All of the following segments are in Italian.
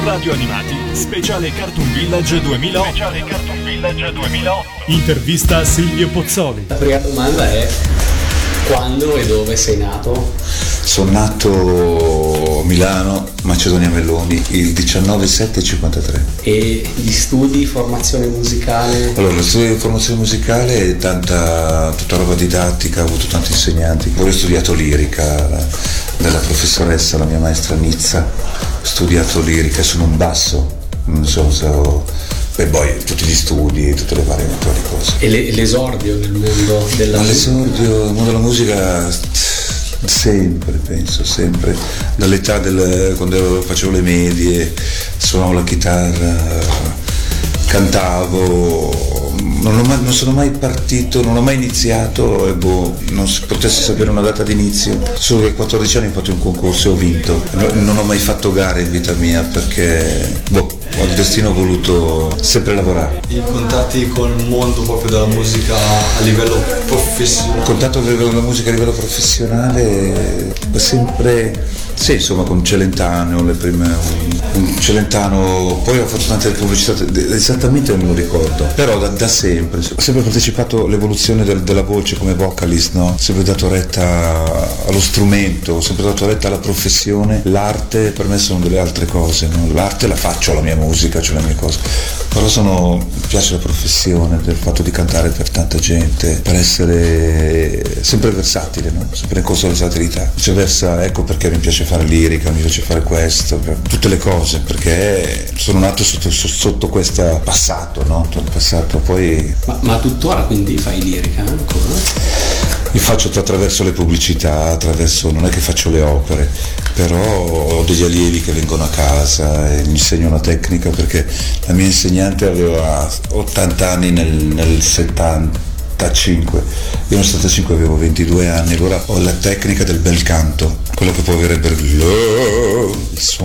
Radio Animati, speciale Cartoon Village 2008. Speciale Cartoon Village 2008. Intervista a Silvio Pozzoli. La prima domanda è: quando e dove sei nato? Sono nato a Milano, Macedonia Melloni, il 19/7/53. E gli studi, formazione musicale? Allora, lo studio di formazione musicale è tutta roba didattica, ho avuto tanti insegnanti. Poi ho studiato lirica dalla professoressa, la mia maestra Nizza. Ho studiato lirica, sono un basso, non so se ho... Beh, poi tutti gli studi, tutte le varie cose. E l'esordio nel mondo della musica? L'esordio nel mondo della musica sempre, penso, sempre. Dall'età quando facevo le medie, suonavo la chitarra, cantavo, non sono mai partito, non ho mai iniziato e non si potesse sapere una data d'inizio. Solo che a 14 anni ho fatto un concorso e ho vinto. Non ho mai fatto gare in vita mia perché il destino ha voluto sempre lavorare. I contatti col mondo proprio della musica a livello professionale? Il contatto della musica a livello professionale sempre, sì, insomma, con Celentano, un Celentano, poi ho fatto tante pubblicità, esattamente non me lo ricordo, però da sempre, ho sempre partecipato all'evoluzione della voce come vocalist, no? Ho sempre dato retta allo strumento, ho sempre dato retta alla professione. L'arte per me sono delle altre cose, no? L'arte la faccio, la mia musica, cioè le mie cose, però mi piace la professione, del fatto di cantare per tanta gente, per essere sempre versatile, no? Sempre in corso alla versatilità. Viceversa, ecco perché mi piace fare lirica, mi piace fare questo, tutte le cose, perché sono nato sotto questo passato, no? Il passato, poi... Ma tuttora quindi fai lirica ancora? Io faccio attraverso le pubblicità, non è che faccio le opere, però ho degli allievi che vengono a casa e mi insegnano la tecnica, perché la mia insegnante aveva 80 anni nel 75. Io nel 75 avevo 22 anni, allora ho la tecnica del bel canto, quello che può avere il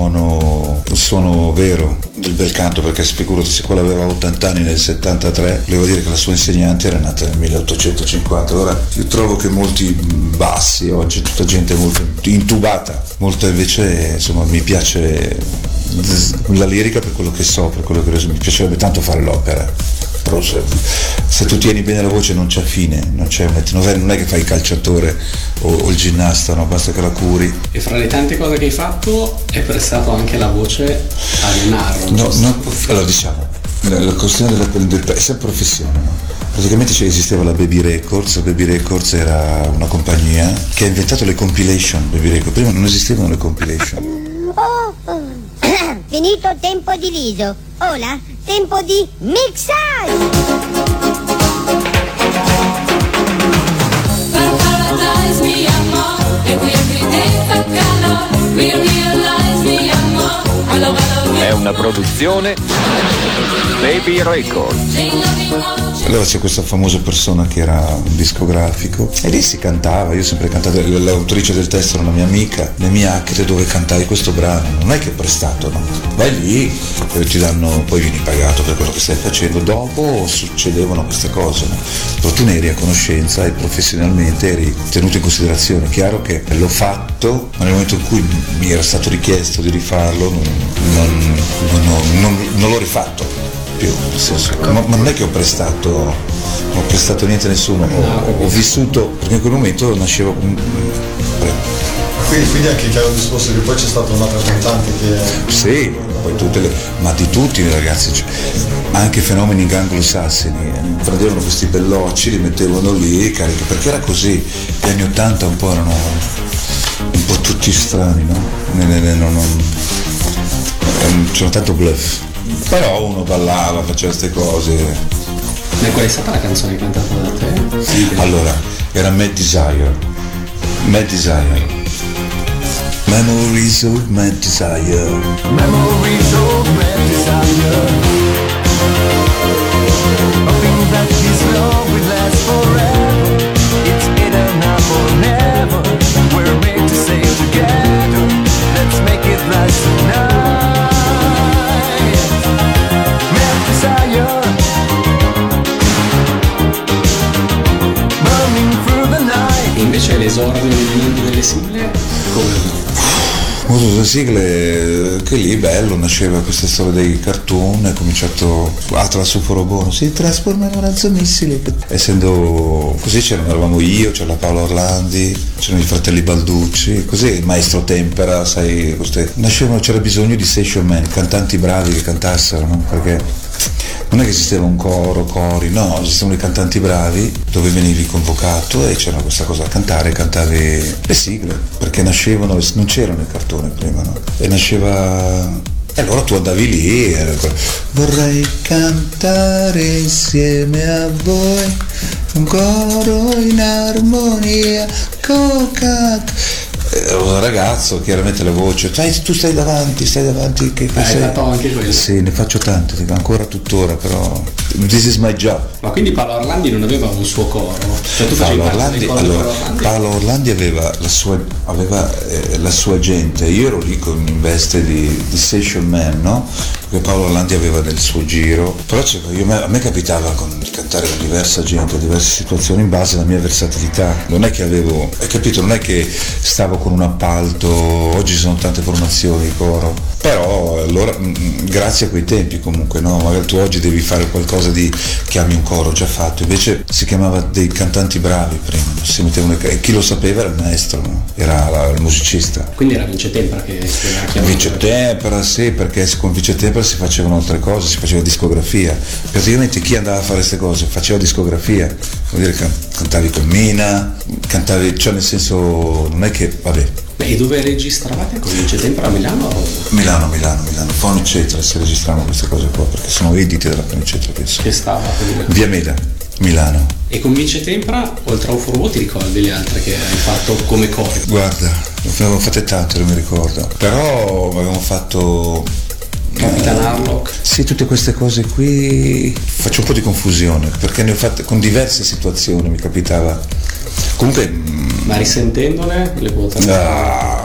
suono vero del bel canto, perché figurati se quella aveva 80 anni nel 73, volevo dire che la sua insegnante era nata nel 1850. Allora io trovo che molti bassi oggi, tutta gente molto intubata, molto invece, insomma, mi piace la lirica per quello che so, per quello che mi piacerebbe tanto fare l'opera. Però se tu tieni bene la voce non c'è fine, non è che fai il calciatore o il ginnasta, no? Basta che la curi. E fra le tante cose che hai fatto hai prestato anche la voce a Leonardo? No, allora diciamo, la questione è sempre professione, no? Praticamente esisteva la Baby Records era una compagnia che ha inventato le compilation. Baby Records, prima non esistevano le compilation. Finito il tempo di liso, ora tempo di mixage! Paradise mi amor, e qui fa calor, we realize mi amor, È una produzione Baby Records. Allora c'è questa famosa persona che era un discografico e lì si cantava, io ho sempre cantato, l'autrice del testo era una mia amica, le mie acte dove cantai questo brano, non è che è prestato, no? Vai lì e ti danno, poi vieni pagato per quello che stai facendo. Dopo succedevano queste cose, no? Però tu ne eri a conoscenza e professionalmente eri tenuto in considerazione. Chiaro che l'ho fatto, ma nel momento in cui mi era stato richiesto di rifarlo non l'ho rifatto più, nel senso, ma non è che ho prestato niente a nessuno, ho vissuto, perché in quel momento nascevo quindi anche chiaro il discorso che poi c'è stata un'altra cantante che sì, poi ma di tutti i ragazzi, cioè, anche fenomeni anglosassoni prendevano questi bellocci, li mettevano lì carica, perché era così. Gli anni 80 un po' erano un po' tutti strani, no? C'era tanto bluff, però uno ballava, faceva queste cose. Ma qual è stata la canzone cantata da te? Sì, allora, era Mad Desire. Memories of Mad Desire. Memories of Mad Desire. Hoping that this love will last forever. It's either now or never. We're made to stay together. Let's make it last tonight. Mad Desire. Burning through the night. E invece l'esordio nel mondo delle sigle come? Modo sulle sigle, che lì bello, nasceva questa storia dei cartoon, è cominciato Atlas Robono, si trasforma in un razzomissile. Essendo così eravamo io, c'era Paolo Orlandi, c'erano i fratelli Balducci, così il maestro Tempera, sai, c'era bisogno di station man, cantanti bravi che cantassero, no? Perché non è che esisteva un cori, no, esistevano i cantanti bravi dove venivi convocato e c'era questa cosa da cantare, cantavi le sigle, perché nascevano, non c'erano i cartoni prima, no? E nasceva, e allora tu andavi lì e vorrei cantare insieme a voi un coro in armonia, un ragazzo, chiaramente la voce, tu stai davanti che hai fatto anche quello? Sì, ne faccio tante, ancora tuttora, però this is my job. Ma quindi Paolo Orlandi non aveva un suo coro? Cioè tu facevi parte del coro di Paolo Orlandi? Paolo Orlandi aveva la sua gente, io ero lì in veste di station man, no? Perché Paolo Orlandi aveva del suo giro, però a me capitava di cantare con diversa gente, diverse situazioni in base alla mia versatilità. Non è che avevo, hai capito, non è che stavo con un appalto, oggi ci sono tante formazioni coro, però allora grazie a quei tempi comunque, no? Magari tu oggi devi fare qualcosa di chiami un coro già fatto, invece si chiamava dei cantanti bravi prima, si mettevano, e chi lo sapeva era il maestro, no? Era il musicista. Quindi era Vince Tempera che chiamava? Vince Tempera, sì, perché con Vince Tempera si facevano altre cose, si faceva discografia, praticamente chi andava a fare queste cose faceva discografia, vuol dire cantavi con Mina, cantavi, cioè nel senso non è che vabbè. E dove registravate con Vince Tempera, a Milano? Milano, Fonicetra, si registravano queste cose qua, perché sono edite dalla Fonicetra, penso. Che stava? Via Meda, Milano. E con Vince Tempera, oltre a UFO ti ricordi le altre che hai fatto come cori? Guarda, ne abbiamo fatte tante, non mi ricordo, però avevamo fatto Capitan Harlock. Sì, tutte queste cose qui faccio un po' di confusione, perché ne ho fatte con diverse situazioni, mi capitava. Comunque. Ma risentendole le quote? Non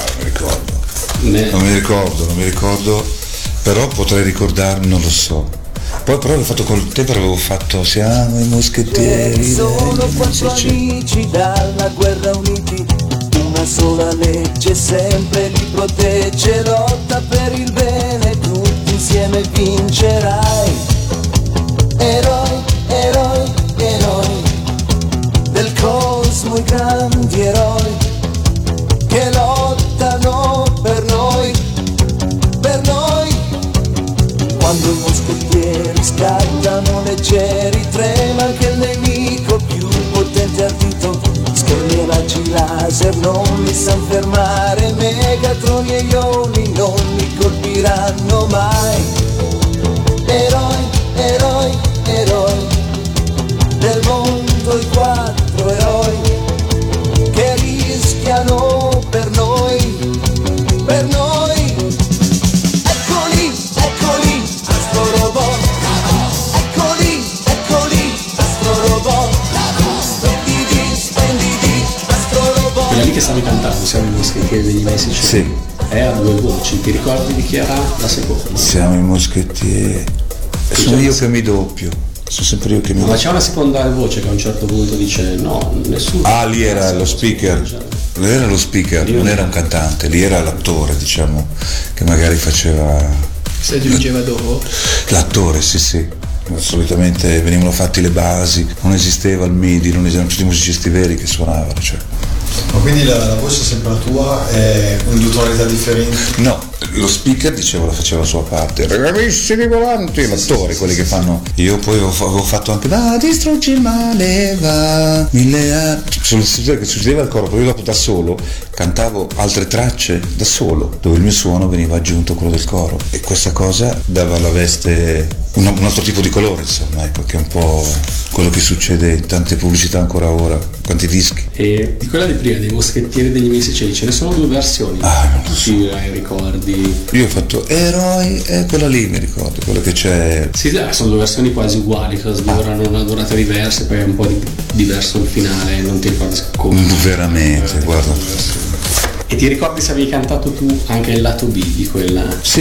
mi ricordo, però potrei ricordarmi, non lo so. Poi però avevo fatto col tempo, avevo fatto Siamo i moschettieri. Sono quattro amici dalla guerra uniti, una sola legge sempre li protegge, lotta per il bene, tutti insieme vincerai. Eroi, eroi, eroi del cosmo, i grandi eroi che lottano per noi, per noi. Quando i moschettieri scattano leggeri, trema anche il nemico più potente ardito, schermi e raggi laser non li san fermare, Megatroni e Ioni non li colpiranno mai. Eroi, eroi, eroi del mondo, i quattro eroi che rischiano per noi, per noi. Eccoli, eccoli, Astro Robot. Eccoli, eccoli, Astro Robot. Splendidi, Astro Robot. Quella lì che stavi cantando, Siamo i moschettieri degli Messici. Sì. Era due voci, ti ricordi di chi era la seconda? Siamo i moschettieri. Sono io che mi doppio. Sono sempre io che mi Ma doppio. c'è una seconda voce che a un certo punto dice no, nessuno. Ah, lì era lo speaker. Lui era lo speaker, non era un cantante, lì era l'attore, diciamo, che magari faceva. Si aggiungeva dopo? L'attore, sì. Solitamente venivano fatti le basi, non esisteva il MIDI, non esistevano tutti i musicisti veri che suonavano, cioè. Ma quindi la voce è sempre la tua, è in due tonalità differenti? No, lo speaker diceva, la faceva la sua parte, bravissimi volanti, l'attore, quelli che fanno. Io poi avevo fatto anche va, distruggi il male, va, mille anni. Che succedeva il coro, poi io dopo da solo cantavo altre tracce da solo, dove il mio suono veniva aggiunto a quello del coro. E questa cosa dava alla veste un altro tipo di colore, insomma, ecco, che è un po' quello che succede in tante pubblicità ancora ora, quanti dischi. E di quella di prima, dei moschettieri degli Messici, ce ne sono due versioni. Non lo so. Sì, ricordi? Io ho fatto Eroi, e quella lì mi ricordo, quella che c'è. Sì, sono due versioni quasi uguali, che durano una durata diversa, poi è un po' diverso il finale, non ti ricordi come. Veramente, guarda. E ti ricordi se avevi cantato tu anche il lato B di quella? Sì.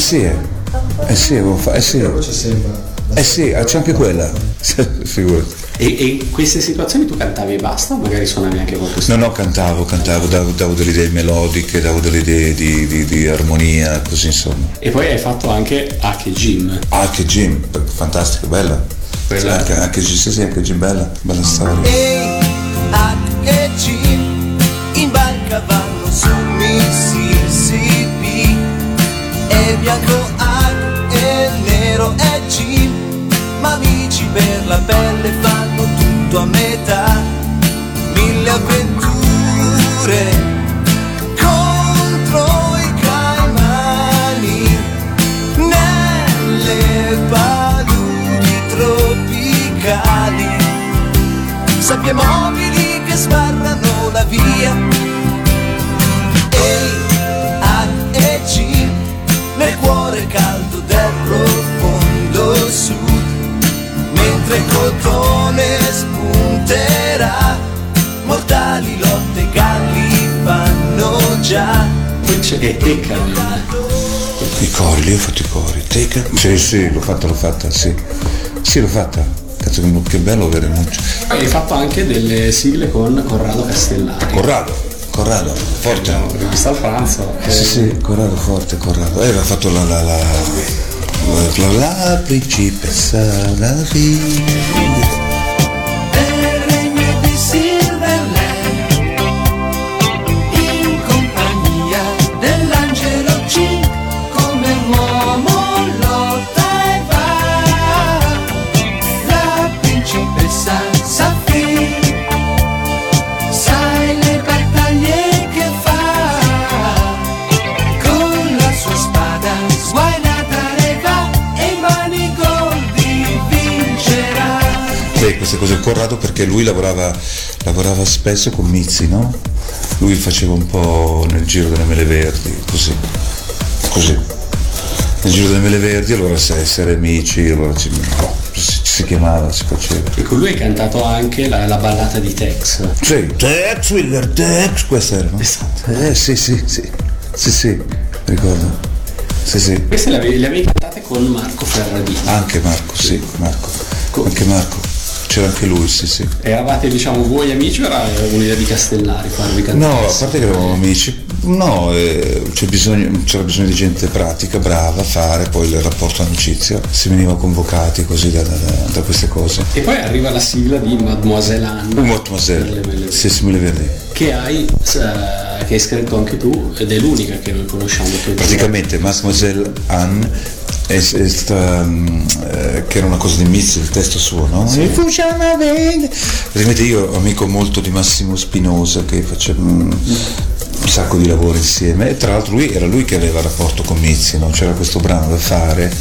Avevo fatto. La voce sembra. Sì, c'è anche quella. Figurati. E in queste situazioni tu cantavi e basta, o magari suonavi anche qualcosa? No, cantavo, davo delle idee melodiche, davo delle idee di armonia, così insomma. E poi hai fatto anche H Jim. Anche Jim, fantastico, bella. Quella- Anche Jim, bella storia. E Jim in barca vanno su Mississippi, e bianco H e nero è Jim, ma amici per la pelle fanno tutto a metà. 1000 avventure contro i caimani nelle paludi tropicali, sabbie mobili che sbarrano la via. E G nel cuore caldo del profondo sud, mentre il cotone spunterà, mortali lotte galli fanno già. Poi c'è Tecca. I cori, lì ho fatto i cori. Tecca? Sì, l'ho fatta, sì. Sì, l'ho fatta. Cazzo, che bello avere Muccio. Poi hai fatto anche delle sigle con Corrado Castellari. Corrado, forte. Abbiamo visto al pranzo. Sì, Corrado, forte, Corrado. Aveva fatto la principessa, la figlia. Nel regno di Silverland, in compagnia dell'angelo C, come l'uomo lotta e va, la principessa Saphir, sai le battaglie che fa, con la sua spada sguainata ne va, e in mani goldi vincerà. Queste cose Corrado, perché lui lavorava spesso con Mizzi, no? Lui faceva un po' nel giro delle mele verdi, così. Nel giro delle mele verdi, allora essere amici, allora si chiamava, si faceva. E con lui hai cantato anche la ballata di Tex. Sì, Tex, Willer Tex, questa era, no? Esatto. Sì, ricordo. Sì. Queste le avevi cantate con Marco Ferradini. Anche Marco, sì, anche Marco. C'era anche lui, sì. Eravate, diciamo, voi amici o era un'idea di Castellari farvi cantare? No, a parte che eravamo amici, c'era bisogno di gente pratica, brava a fare poi il rapporto amicizia, si veniva convocati così da queste cose. E poi arriva la sigla di Mademoiselle Anne. Mademoiselle, sì, me le vedi. Che hai scritto anche tu, ed è l'unica che noi conosciamo. Praticamente Mademoiselle Anne è stata, che era una cosa di Mizzi, il testo suo, no? Sì. Praticamente io amico molto di Massimo Spinosa, che faceva un sacco di lavoro insieme, e tra l'altro era lui che aveva rapporto con Mizzi, no? C'era questo brano da fare,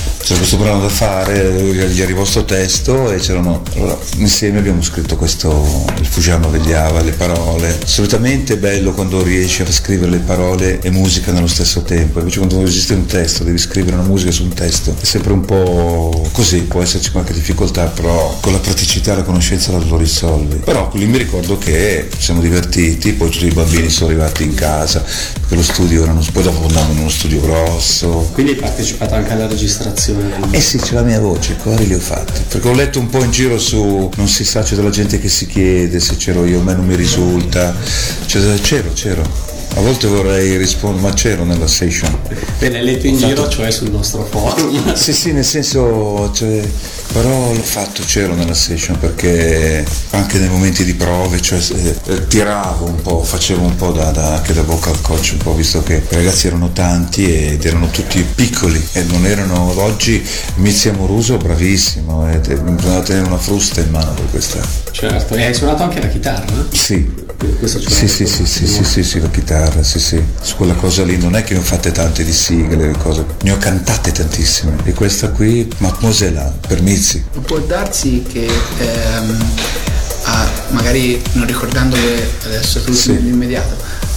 gli arrivò sto testo e allora, insieme abbiamo scritto questo, il Fugiano vegliava, le parole. Solitamente è bello quando riesci a scrivere le parole e musica nello stesso tempo, invece quando esiste un testo, devi scrivere una musica su un testo, è sempre un po' così, può esserci qualche difficoltà, però con la praticità e la conoscenza lo risolvi. Però lì mi ricordo che ci siamo divertiti, poi tutti i bambini sono arrivati in casa, perché lo studio poi dopo andavamo in uno studio grosso. Quindi hai partecipato anche alla registrazione? Eh sì, c'è la mia voce, i cori li ho fatti, perché ho letto un po' in giro su, non si sa, c'è della gente che si chiede se c'ero io, a me non mi risulta, c'ero. A volte vorrei rispondere, ma c'ero nella session. Bene, letto in giro, cioè sul nostro forum. Sì, nel senso, però l'ho fatto, c'ero nella session, perché anche nei momenti di prove, tiravo un po', facevo un po' anche da vocal coach, un po', visto che i ragazzi erano tanti ed erano tutti piccoli e non erano. Oggi Mizzi Amoruso bravissimo, bisognava tenere una frusta in mano per questa. Certo, e hai suonato anche la chitarra? Sì. Questo Sì, la chitarra, sì. Su quella cosa lì non è che ne ho fatte tante di sigle, cose, ne ho cantate tantissime. E questa qui, Mademoiselle, per Mizzi. Può darsi che magari non ricordandole adesso tutto nell'immediato,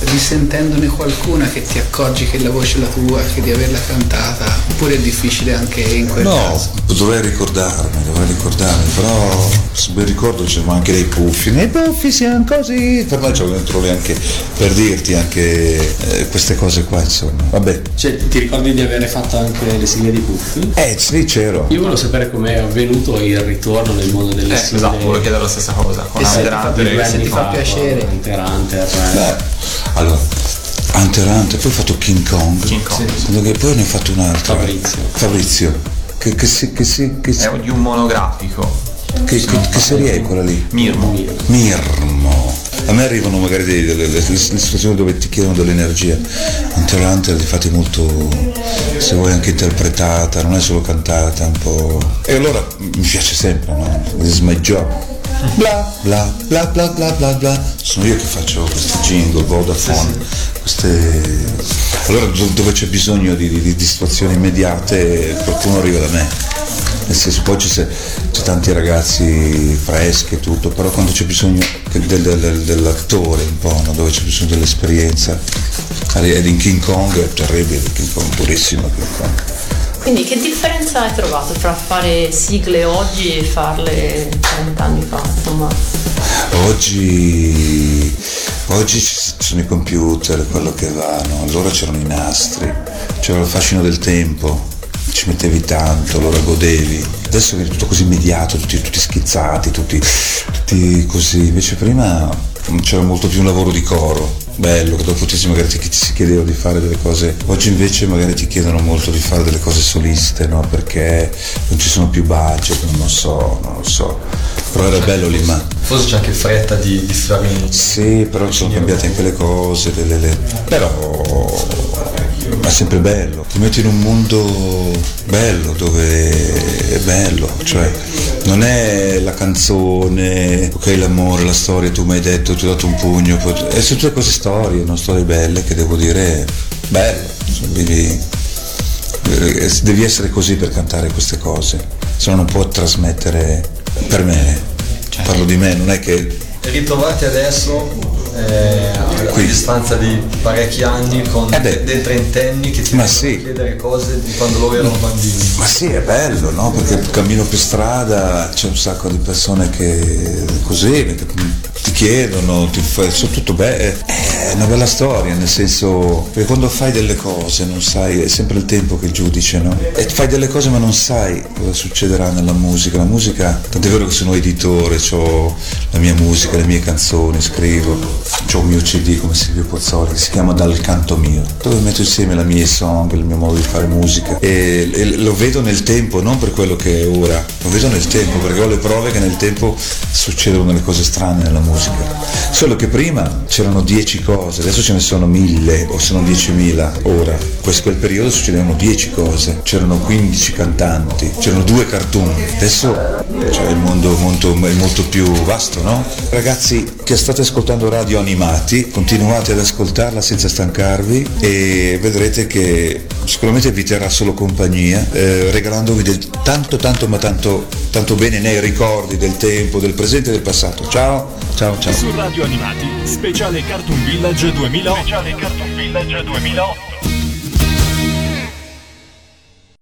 risentendone qualcuna che ti accorgi che la voce è la tua, che di averla cantata, oppure è difficile anche in quel caso? Dovrei ricordarmi, però se ben ricordo c'erano anche dei puffi, nei puffi siamo così, per me c'è dentro lì anche, per dirti anche queste cose qua, insomma, vabbè. Cioè, ti ricordi di avere fatto anche le sigle di Puffi? Sì, c'ero. Io volevo sapere com'è avvenuto il ritorno nel mondo delle sigle. Esatto, volevo chiedere la stessa cosa, con Hunter Hunter, se ti fa piacere. Allora, Hunter Hunter, poi ho fatto King Kong. Sì. Che poi ne ho fatto un altro. Fabrizio. Che è di un monografico. Che serie è quella lì? Mirmo. A me arrivano magari delle situazioni dove ti chiedono dell'energia. Hunter Hunter difatti molto, se vuoi, anche interpretata, non è solo cantata, un po'. E allora mi piace sempre, no? It's my job. Bla bla bla bla bla bla bla. Sono io che faccio questi jingle, Vodafone, allora dove c'è bisogno di situazioni immediate, qualcuno arriva da me. Nel senso, poi c'è tanti ragazzi freschi e tutto, però quando c'è bisogno dell'attore un po', no? Dove c'è bisogno dell'esperienza, ed in King Kong è terribile, King Kong, durissimo King Kong. Quindi che differenza hai trovato tra fare sigle oggi e farle 30 anni fa, insomma? Oggi ci sono i computer, quello che va, no? Allora c'erano i nastri, c'era il fascino del tempo, ci mettevi tanto, allora godevi. Adesso è tutto così immediato, tutti schizzati, tutti così. Invece prima c'era molto più un lavoro di coro, bello, che dopo magari ti si chiedeva di fare delle cose. Oggi invece magari ti chiedono molto di fare delle cose soliste, no? Perché non ci sono più budget, non lo so. Però era bello lì, ma forse c'è anche fretta di fare. Sì, però sono cambiate anche le cose, però è sempre bello, ti metti in un mondo bello dove è bello, cioè non è la canzone, ok, l'amore, la storia, tu mi hai detto, ti ho dato un pugno, è sono tutte queste storie, no? Storie belle che devo dire bello, devi essere così per cantare queste cose, se no non può trasmettere, per me, parlo di me, non è che ritrovati adesso a distanza di parecchi anni con dei trentenni che ti devono chiedere cose di quando loro erano bambini. Ma sì, è bello, no? Perché cammino per strada, c'è un sacco di persone che così ti chiedono, sono tutto bello, è una bella storia, nel senso che quando fai delle cose non sai, è sempre il tempo che giudice, no? E fai delle cose ma non sai cosa succederà nella musica. La musica, tant'è vero che sono editore, ho la mia musica, le mie canzoni, scrivo, ho un mio CD come Silvio Pozzoli che si chiama Dal canto mio, dove metto insieme la mia song, il mio modo di fare musica, e lo vedo nel tempo, non per quello che è ora, lo vedo nel tempo perché ho le prove che nel tempo succedono delle cose strane nella musica. Solo che prima c'erano 10 cose, adesso ce ne sono 1000 o sono 10.000 ora. In quel periodo succedevano 10 cose, c'erano 15 cantanti, c'erano 2 cartoon. Adesso il mondo è molto più vasto, no? Ragazzi che state ascoltando Radio Animati, continuate ad ascoltarla senza stancarvi e vedrete che sicuramente vi terrà solo compagnia, regalandovi del tanto bene nei ricordi del tempo, del presente e del passato. Ciao. Su Radio Animati, speciale Cartoon Village 2000.